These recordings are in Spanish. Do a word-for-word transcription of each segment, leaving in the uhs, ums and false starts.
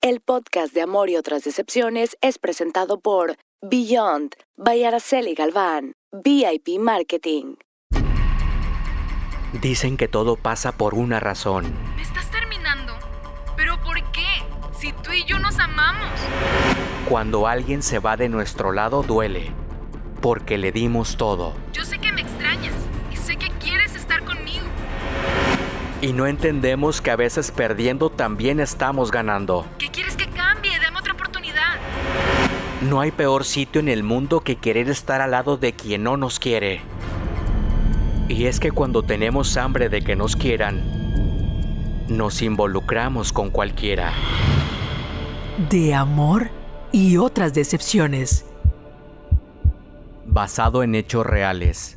El podcast de Amor y otras decepciones es presentado por Beyond by Araceli Galván, V I P Marketing. Dicen que todo pasa por una razón. ¿Me estás terminando? ¿Pero por qué? Si tú y yo nos amamos. Cuando alguien se va de nuestro lado duele, porque le dimos todo. Yo sé que me extrañas y sé que quieres estar conmigo. Y no entendemos que a veces perdiendo también estamos ganando. ¿Qué quieres que cambie? Dame otra oportunidad. No hay peor sitio en el mundo que querer estar al lado de quien no nos quiere. Y es que cuando tenemos hambre de que nos quieran, nos involucramos con cualquiera. De amor y otras decepciones. Basado en hechos reales.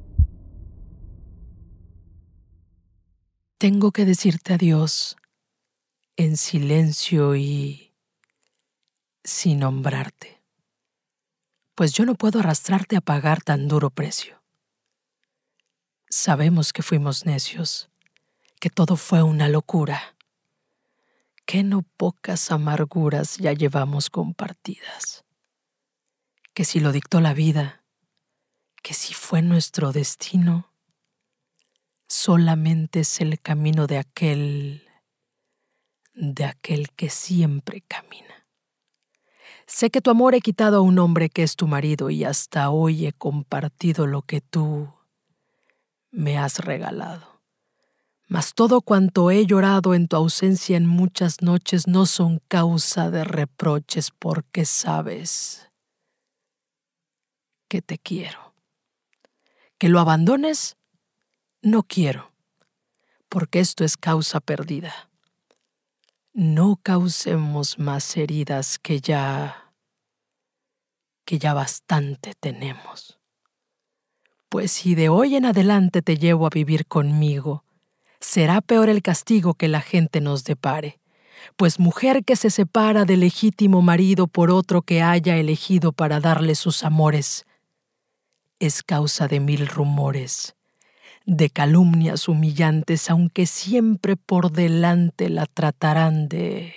Tengo que decirte adiós en silencio y sin nombrarte, pues yo no puedo arrastrarte a pagar tan duro precio. Sabemos que fuimos necios, que todo fue una locura, que no pocas amarguras ya llevamos compartidas, que si lo dictó la vida, que si fue nuestro destino, solamente es el camino de aquel, de aquel que siempre camina. Sé que tu amor he quitado a un hombre que es tu marido y hasta hoy he compartido lo que tú me has regalado. Mas todo cuanto he llorado en tu ausencia en muchas noches no son causa de reproches porque sabes que te quiero. Que lo abandones, no quiero, porque esto es causa perdida. No causemos más heridas que ya, que ya bastante tenemos. Pues si de hoy en adelante te llevo a vivir conmigo, será peor el castigo que la gente nos depare. Pues mujer que se separa del legítimo marido por otro que haya elegido para darle sus amores, es causa de mil rumores, de calumnias humillantes, aunque siempre por delante la tratarán de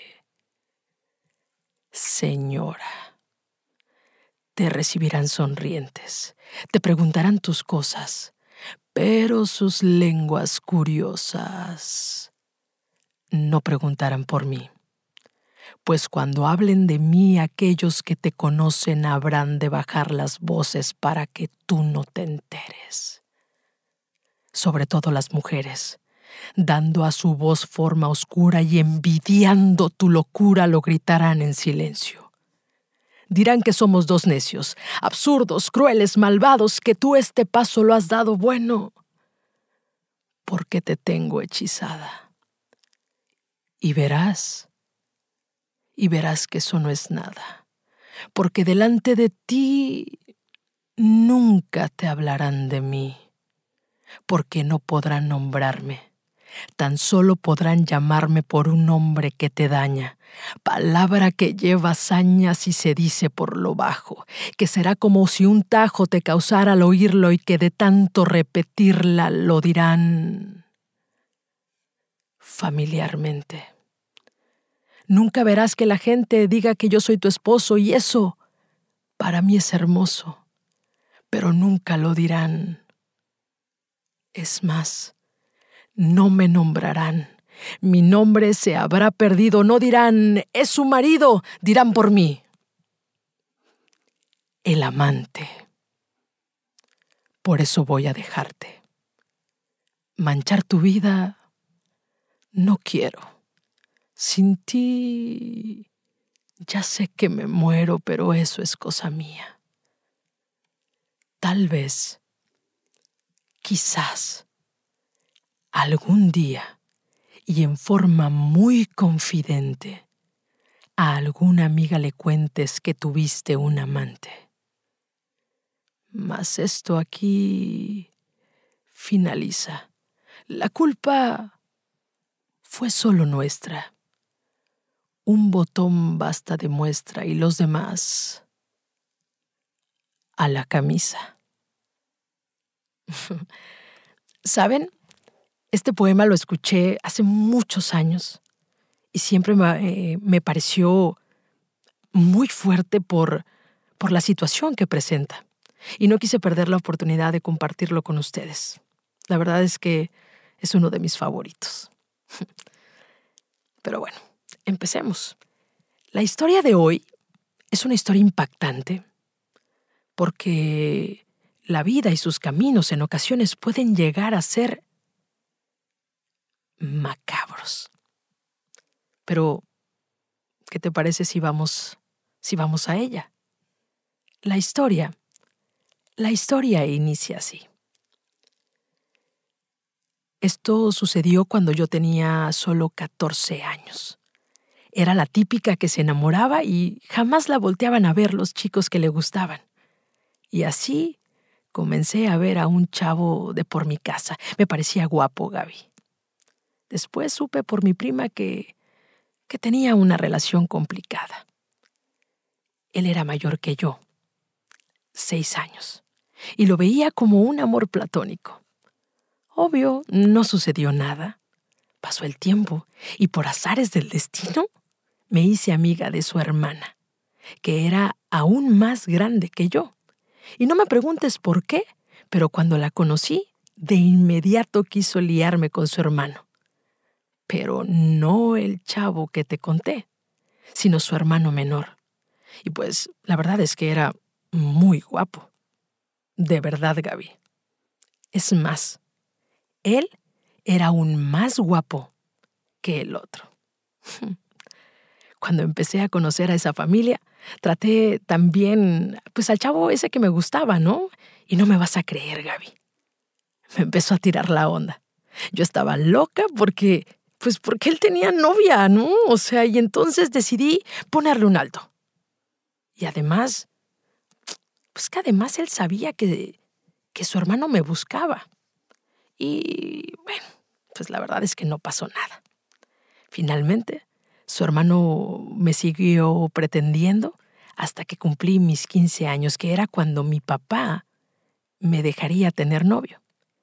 señora. Te recibirán sonrientes, te preguntarán tus cosas, pero sus lenguas curiosas no preguntarán por mí. Pues cuando hablen de mí aquellos que te conocen habrán de bajar las voces para que tú no te enteres. Sobre todo las mujeres, dando a su voz forma oscura y envidiando tu locura, lo gritarán en silencio. Dirán que somos dos necios, absurdos, crueles, malvados, que tú este paso lo has dado bueno, porque te tengo hechizada. Y verás, y verás que eso no es nada, porque delante de ti nunca te hablarán de mí. Porque no podrán nombrarme, tan solo podrán llamarme por un nombre que te daña, palabra que lleva sañas y se dice por lo bajo, que será como si un tajo te causara al oírlo y que de tanto repetirla lo dirán familiarmente. Nunca verás que la gente diga que yo soy tu esposo y eso para mí es hermoso, pero nunca lo dirán. Es más, no me nombrarán. Mi nombre se habrá perdido. No dirán, es su marido, dirán por mí. El amante. Por eso voy a dejarte. Manchar tu vida no quiero. Sin ti ya sé que me muero, pero eso es cosa mía. Tal vez Quizás, algún día, y en forma muy confidente, a alguna amiga le cuentes que tuviste un amante. Mas esto aquí finaliza. La culpa fue solo nuestra. Un botón basta de muestra y los demás a la camisa. ¿Saben? Este poema lo escuché hace muchos años y siempre me, eh, me pareció muy fuerte por, por la situación que presenta. Y no quise perder la oportunidad de compartirlo con ustedes. La verdad es que es uno de mis favoritos. Pero bueno, empecemos. La historia de hoy es una historia impactante porque la vida y sus caminos en ocasiones pueden llegar a ser macabros. Pero, ¿qué te parece si vamos, si vamos a ella? La historia, la historia inicia así. Esto sucedió cuando yo tenía solo catorce años. Era la típica que se enamoraba y jamás la volteaban a ver los chicos que le gustaban. Y así comencé a ver a un chavo de por mi casa. Me parecía guapo, Gaby. Después supe por mi prima que, que tenía una relación complicada. Él era mayor que yo, seis años, y lo veía como un amor platónico. Obvio, no sucedió nada. Pasó el tiempo y por azares del destino me hice amiga de su hermana, que era aún más grande que yo. Y no me preguntes por qué, pero cuando la conocí, de inmediato quiso liarme con su hermano. Pero no el chavo que te conté, sino su hermano menor. Y pues la verdad es que era muy guapo. De verdad, Gaby. Es más, él era aún más guapo que el otro. Cuando empecé a conocer a esa familia, traté también, pues al chavo ese que me gustaba, ¿no? Y no me vas a creer, Gaby. Me empezó a tirar la onda. Yo estaba loca porque, pues porque él tenía novia, ¿no? O sea, y entonces decidí ponerle un alto. Y además, pues que además él sabía que, que su hermano me buscaba. Y bueno, pues la verdad es que no pasó nada. Finalmente, su hermano me siguió pretendiendo hasta que cumplí mis quince años, que era cuando mi papá me dejaría tener novio.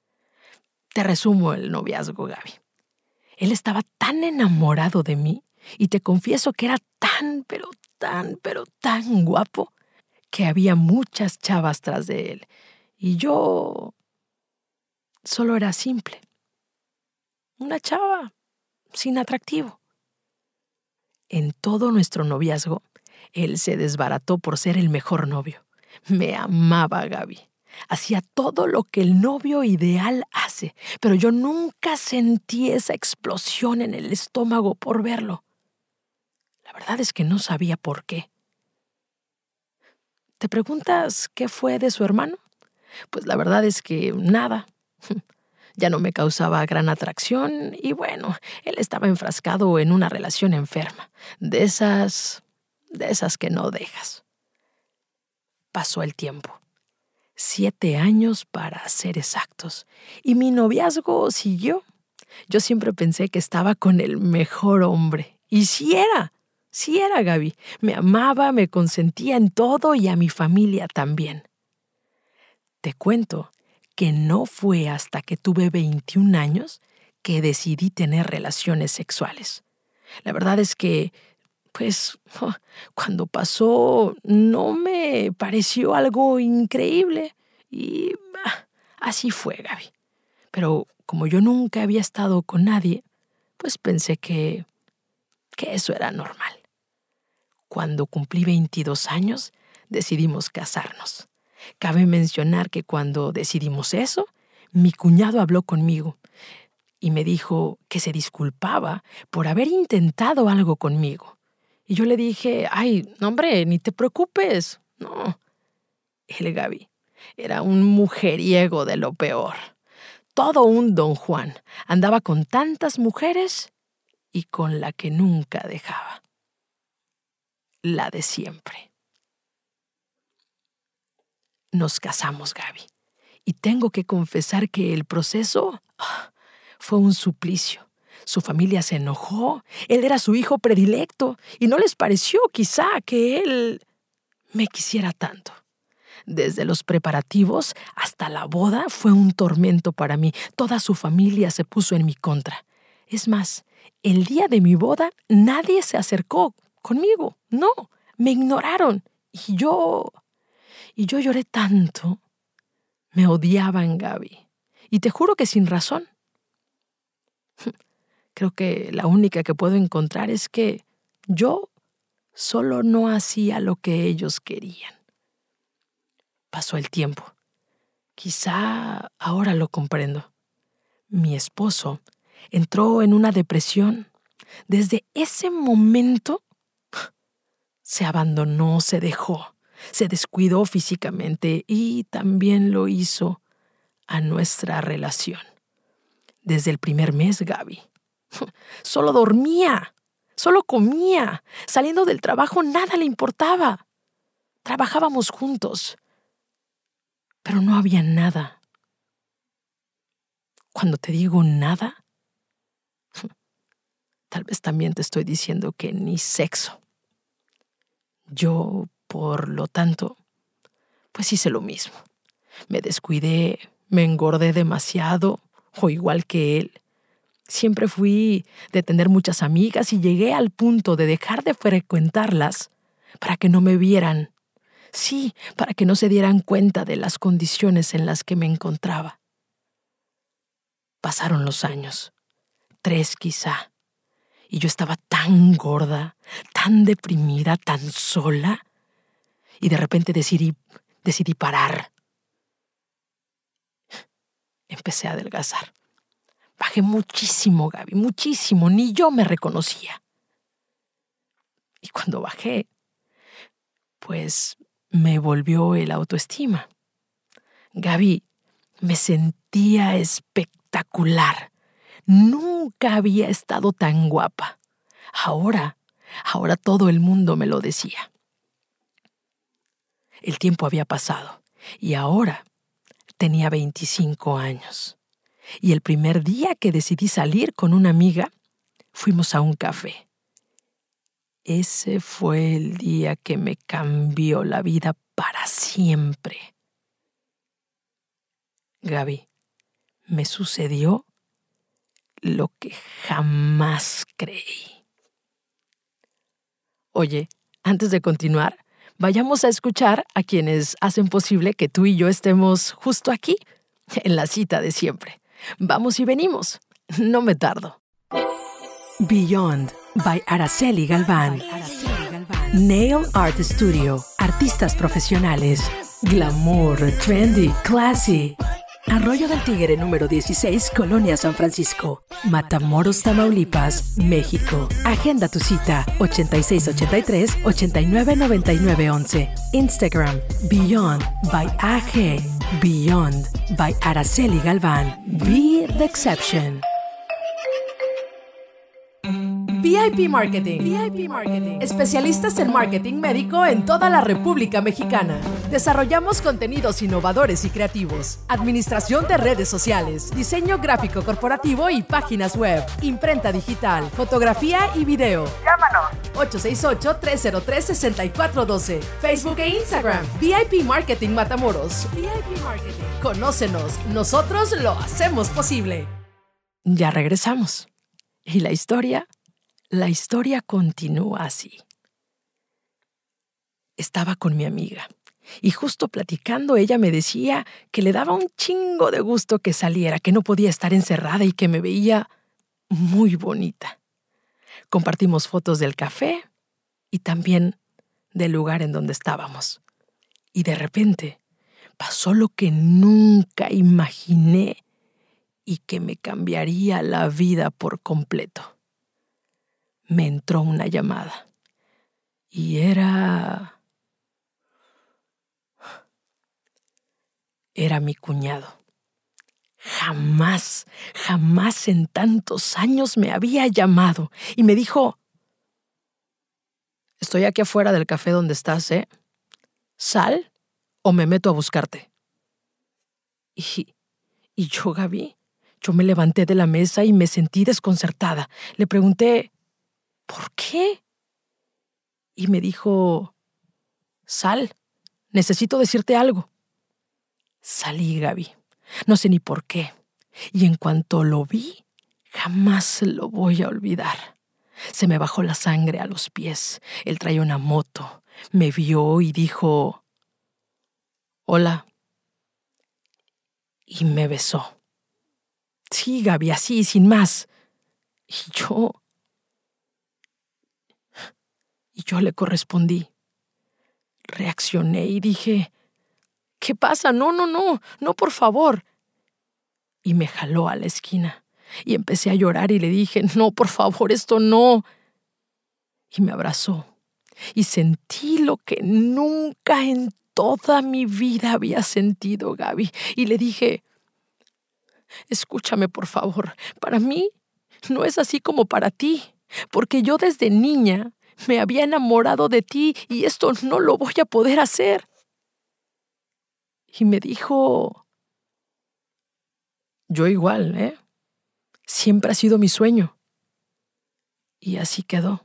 Te resumo el noviazgo, Gaby. Él estaba tan enamorado de mí y te confieso que era tan, pero tan, pero tan guapo que había muchas chavas tras de él. Y yo solo era simple. Una chava sin atractivo. En todo nuestro noviazgo, él se desbarató por ser el mejor novio. Me amaba, Gaby. Hacía todo lo que el novio ideal hace, pero yo nunca sentí esa explosión en el estómago por verlo. La verdad es que no sabía por qué. ¿Te preguntas qué fue de su hermano? Pues la verdad es que nada. Ya no me causaba gran atracción y bueno, él estaba enfrascado en una relación enferma, de esas, de esas que no dejas. Pasó el tiempo, siete años para ser exactos, y mi noviazgo siguió. Yo siempre pensé que estaba con el mejor hombre, y sí era, sí era, Gaby. Me amaba, me consentía en todo y a mi familia también. Te cuento que no fue hasta que tuve veintiún años que decidí tener relaciones sexuales. La verdad es que, pues, cuando pasó no me pareció algo increíble y ah, así fue, Gaby. Pero como yo nunca había estado con nadie, pues pensé que, que eso era normal. Cuando cumplí veintidós años, decidimos casarnos. Cabe mencionar que cuando decidimos eso, mi cuñado habló conmigo y me dijo que se disculpaba por haber intentado algo conmigo. Y yo le dije, ay, no, hombre, ni te preocupes. No. Él, Gaby, era un mujeriego de lo peor. Todo un don Juan. Andaba con tantas mujeres y con la que nunca dejaba. La de siempre. Nos casamos, Gaby, y tengo que confesar que el proceso oh, fue un suplicio. Su familia se enojó, él era su hijo predilecto, y no les pareció quizá que él me quisiera tanto. Desde los preparativos hasta la boda fue un tormento para mí. Toda su familia se puso en mi contra. Es más, El día de mi boda nadie se acercó conmigo. No, me ignoraron. Y yo... Y yo lloré tanto. Me odiaban, Gaby. Y te juro que sin razón. Creo que la única que puedo encontrar es que yo solo no hacía lo que ellos querían. Pasó el tiempo. Quizá ahora lo comprendo. Mi esposo entró en una depresión. Desde ese momento se abandonó, se dejó, se descuidó físicamente y también lo hizo a nuestra relación. Desde el primer mes, Gaby. Solo dormía, solo comía. Saliendo del trabajo nada le importaba. Trabajábamos juntos, pero no había nada. Cuando te digo nada, tal vez también te estoy diciendo que ni sexo. Yo, por lo tanto, pues hice lo mismo. Me descuidé, me engordé demasiado, o igual que él. Siempre fui de tener muchas amigas y llegué al punto de dejar de frecuentarlas para que no me vieran. Sí, para que no se dieran cuenta de las condiciones en las que me encontraba. Pasaron los años, tres quizá, y yo estaba tan gorda, tan deprimida, tan sola, y de repente decidí, decidí parar. Empecé a adelgazar. Bajé muchísimo, Gaby, muchísimo, ni yo me reconocía. Y cuando bajé, pues me volvió el autoestima. Gaby, me sentía espectacular. Nunca había estado tan guapa. Ahora, ahora todo el mundo me lo decía. El tiempo había pasado y ahora tenía veinticinco años. Y el primer día que decidí salir con una amiga, fuimos a un café. Ese fue el día que me cambió la vida para siempre. Gaby, me sucedió lo que jamás creí. Oye, antes de continuar, vayamos a escuchar a quienes hacen posible que tú y yo estemos justo aquí, en la cita de siempre. Vamos y venimos. No me tardo. Beyond by Araceli Galván. Nail Art Studio. Artistas profesionales. Glamour, trendy, classy. Arroyo del Tigre número dieciséis, Colonia San Francisco, Matamoros, Tamaulipas, México. Agenda tu cita ochenta y seis ochenta y tres, ochenta y nueve noventa y nueve once. Instagram Beyond by A G. Beyond by Araceli Galván. Be the exception. V I P Marketing. V I P Marketing. Especialistas en marketing médico en toda la República Mexicana. Desarrollamos contenidos innovadores y creativos, administración de redes sociales, diseño gráfico corporativo y páginas web, imprenta digital, fotografía y video. Llámanos ocho seis ocho, tres cero tres, seis cuatro uno dos. Facebook e Instagram V I P Marketing Matamoros. V I P Marketing. Conócenos, nosotros lo hacemos posible. Ya regresamos. Y la historia, la historia continúa así. Estaba con mi amiga. Y justo platicando, ella me decía que le daba un chingo de gusto que saliera, que no podía estar encerrada y que me veía muy bonita. Compartimos fotos del café y también del lugar en donde estábamos. Y de repente pasó lo que nunca imaginé y que me cambiaría la vida por completo. Me entró una llamada y era... Era mi cuñado. Jamás, jamás en tantos años me había llamado y me dijo: estoy aquí afuera del café donde estás, ¿eh? ¿Sal o me meto a buscarte? Y, y yo, Gaby, yo me levanté de la mesa y me sentí desconcertada. Le pregunté: ¿por qué? Y me dijo: sal, necesito decirte algo. Salí, Gaby. No sé ni por qué. Y en cuanto lo vi, Jamás lo voy a olvidar. Se me bajó la sangre a los pies. Él traía una moto. Me vio y dijo, hola. Y me besó. Sí, Gaby, así, sin más. Y yo... Y yo le correspondí. Reaccioné y dije, ¿qué pasa? No, no, no, no, por favor. Y me jaló a la esquina. Y empecé a llorar y le dije, no, por favor, esto no. Y me abrazó. Y sentí lo que nunca en toda mi vida había sentido, Gaby. Y le dije, escúchame, por favor. Para mí no es así como para ti. Porque yo desde niña me había enamorado de ti y esto no lo voy a poder hacer. Y me dijo, yo igual, ¿eh? Siempre ha sido mi sueño. Y así quedó.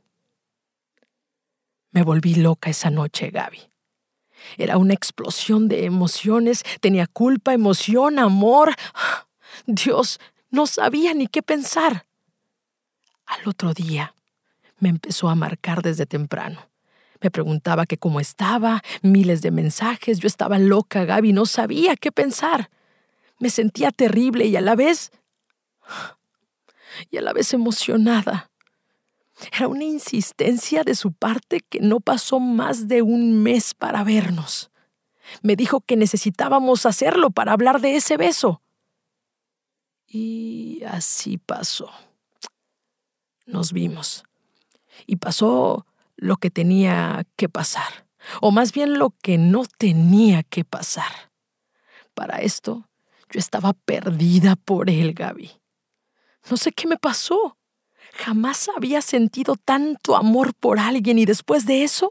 Me volví loca esa noche, Gaby. Era una explosión de emociones. Tenía culpa, emoción, amor. Dios, no sabía ni qué pensar. Al otro día me empezó a marcar desde temprano. Me preguntaba que cómo estaba, miles de mensajes. Yo estaba loca, Gaby, no sabía qué pensar. Me sentía terrible y a la vez... y a la vez emocionada. Era una insistencia de su parte que no pasó más de un mes para vernos. Me dijo que necesitábamos hacerlo para hablar de ese beso. Y así pasó. Nos vimos. Y pasó lo que tenía que pasar. O más bien lo que no tenía que pasar. Para esto, yo estaba perdida por él, Gaby. No sé qué me pasó. Jamás había sentido tanto amor por alguien y después de eso...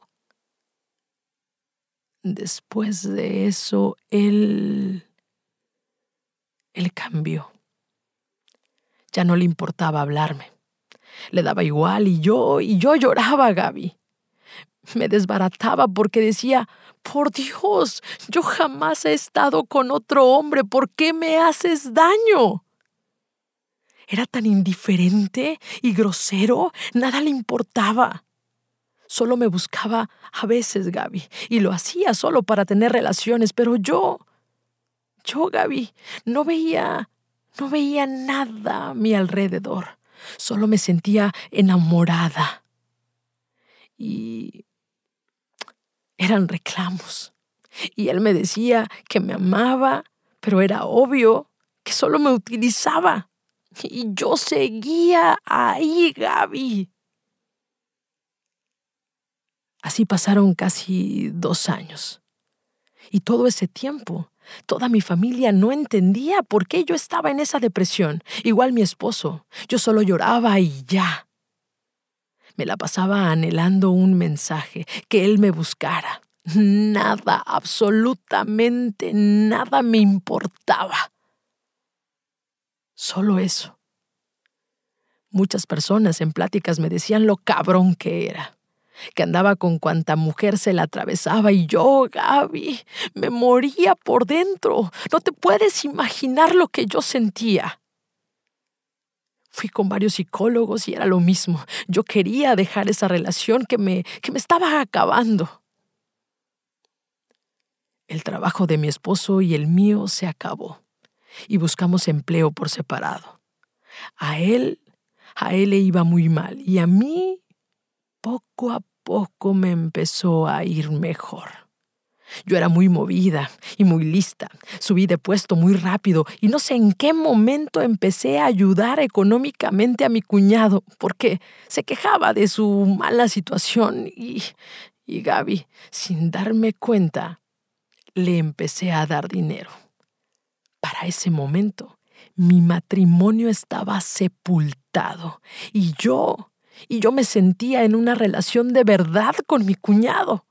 Después de eso, él... Él cambió. Ya no le importaba hablarme. Le daba igual y yo, y yo lloraba, Gaby. Me desbarataba porque decía, por Dios, yo jamás he estado con otro hombre, ¿por qué me haces daño? Era tan indiferente y grosero, nada le importaba. Solo me buscaba a veces, Gaby, y lo hacía solo para tener relaciones, pero yo, yo, Gaby, no veía, no veía nada a mi alrededor. Solo me sentía enamorada. Y eran reclamos. Y él me decía que me amaba, pero era obvio que solo me utilizaba. Y yo seguía ahí, Gaby. Así pasaron casi dos años. Y todo ese tiempo, toda mi familia no entendía por qué yo estaba en esa depresión. Igual mi esposo. Yo solo lloraba y ya. Me la pasaba anhelando un mensaje, que él me buscara. Nada, absolutamente nada me importaba. Solo eso. Muchas personas en pláticas me decían lo cabrón que era, que andaba con cuanta mujer se la atravesaba y yo, Gaby, me moría por dentro. No te puedes imaginar lo que yo sentía. Fui con varios psicólogos y era lo mismo. Yo quería dejar esa relación que me, que me estaba acabando. El trabajo de mi esposo y el mío se acabó y buscamos empleo por separado. A él, a él le iba muy mal y a mí poco a poco me empezó a ir mejor. Yo era muy movida y muy lista. Subí de puesto muy rápido y no sé en qué momento empecé a ayudar económicamente a mi cuñado porque se quejaba de su mala situación y, y Gaby, sin darme cuenta, le empecé a dar dinero. Para ese momento, mi matrimonio estaba sepultado y yo, y yo me sentía en una relación de verdad con mi cuñado.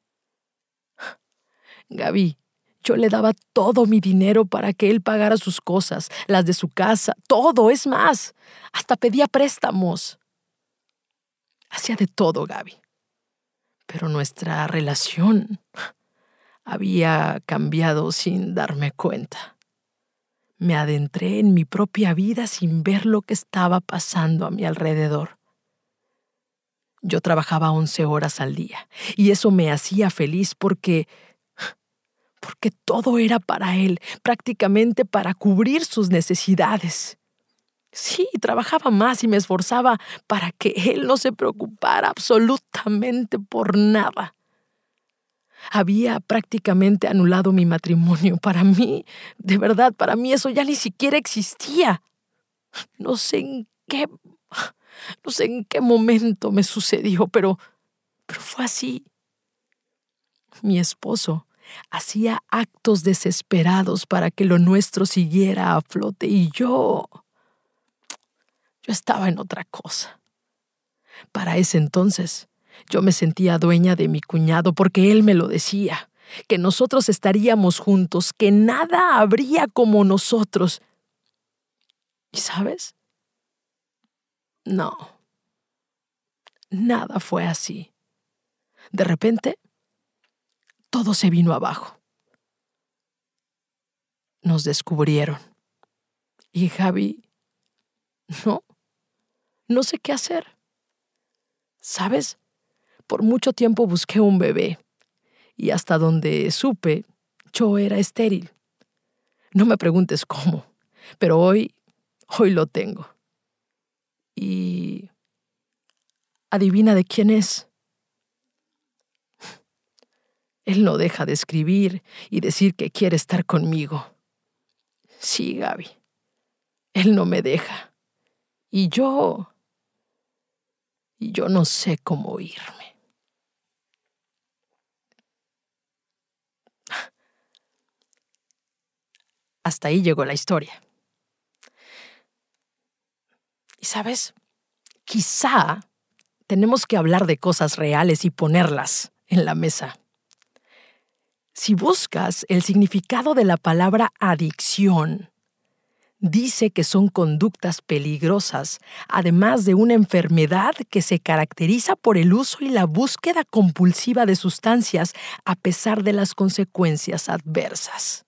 Gaby, yo le daba todo mi dinero para que él pagara sus cosas, las de su casa, todo, es más, hasta pedía préstamos. Hacía de todo, Gaby. Pero nuestra relación había cambiado sin darme cuenta. me adentré en mi propia vida sin ver lo que estaba pasando a mi alrededor. Yo trabajaba once horas al día y eso me hacía feliz porque, porque todo era para él, prácticamente para cubrir sus necesidades. Sí, trabajaba más y me esforzaba para que él no se preocupara absolutamente por nada. Había prácticamente anulado mi matrimonio. Para mí, de verdad, para mí eso ya ni siquiera existía. No sé en qué, no sé en qué momento me sucedió, pero, pero fue así. Mi esposo hacía actos desesperados para que lo nuestro siguiera a flote y yo, yo estaba en otra cosa. Para ese entonces, yo me sentía dueña de mi cuñado porque él me lo decía, que nosotros estaríamos juntos, que nada habría como nosotros. ¿Y sabes? No, nada fue así. De repente, todo se vino abajo. Nos descubrieron. Y Javi, no, no sé qué hacer. ¿Sabes? Por mucho tiempo busqué un bebé y hasta donde supe, yo era estéril. No me preguntes cómo, pero hoy, hoy lo tengo. Y adivina de quién es. Él no deja de escribir y decir que quiere estar conmigo. Sí, Gaby, él no me deja. Y yo, y yo no sé cómo irme. Hasta ahí llegó la historia. Y sabes, quizá tenemos que hablar de cosas reales y ponerlas en la mesa. Si buscas el significado de la palabra adicción, dice que son conductas peligrosas, además de una enfermedad que se caracteriza por el uso y la búsqueda compulsiva de sustancias a pesar de las consecuencias adversas.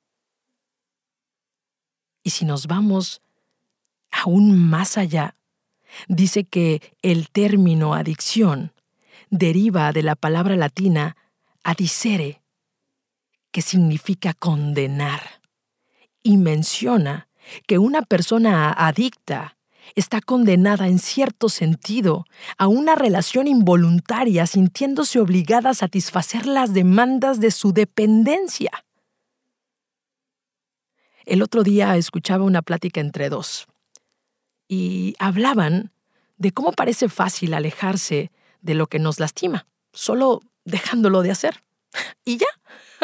Y si nos vamos aún más allá, dice que el término adicción deriva de la palabra latina adicere, que significa condenar, y menciona que una persona adicta está condenada en cierto sentido a una relación involuntaria sintiéndose obligada a satisfacer las demandas de su dependencia. El otro día escuchaba una plática entre dos y hablaban de cómo parece fácil alejarse de lo que nos lastima, solo dejándolo de hacer. ¿Y ya?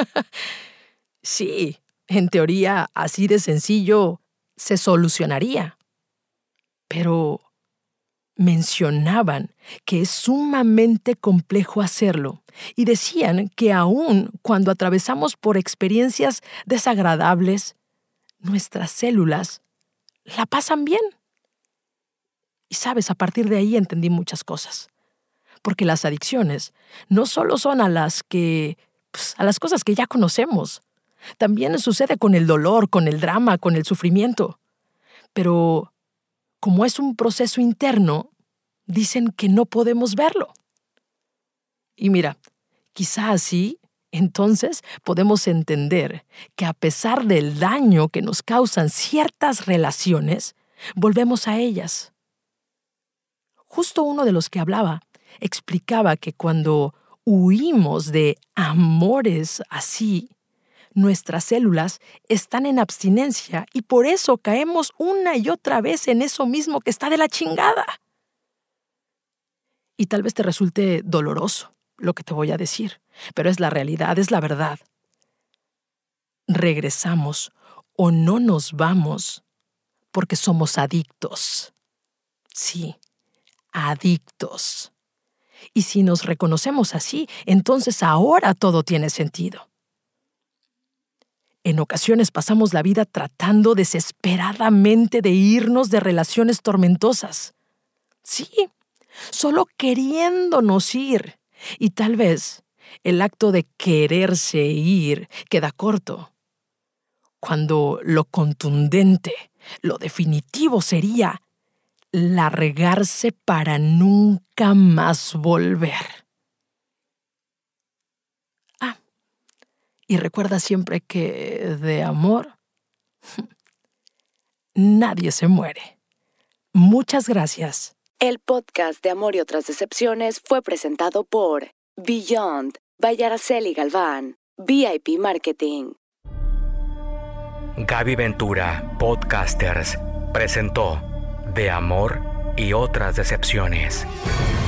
Sí, en teoría, así de sencillo se solucionaría. Pero mencionaban que es sumamente complejo hacerlo y decían que aun cuando atravesamos por experiencias desagradables, nuestras células la pasan bien. Y sabes, a partir de ahí entendí muchas cosas. Porque las adicciones no solo son a las que, pues, a las cosas que ya conocemos. También sucede con el dolor, con el drama, con el sufrimiento. Pero como es un proceso interno, dicen que no podemos verlo. Y mira, quizá así, entonces podemos entender que a pesar del daño que nos causan ciertas relaciones, volvemos a ellas. Justo uno de los que hablaba explicaba que cuando huimos de amores así, nuestras células están en abstinencia y por eso caemos una y otra vez en eso mismo que está de la chingada. Y tal vez te resulte doloroso lo que te voy a decir, pero es la realidad, es la verdad. Regresamos o no nos vamos porque somos adictos. Sí, adictos. Y si nos reconocemos así, entonces ahora todo tiene sentido. En ocasiones pasamos la vida tratando desesperadamente de irnos de relaciones tormentosas. Sí, solo queriéndonos ir. Y tal vez el acto de quererse ir queda corto. cuando lo contundente, lo definitivo sería largarse para nunca más volver. Ah, y recuerda siempre que de amor nadie se muere. Muchas gracias. El podcast de Amor y otras decepciones fue presentado por Beyond by Araceli Galván, V I P Marketing. Gaby Ventura, Podcasters, presentó De Amor y otras decepciones.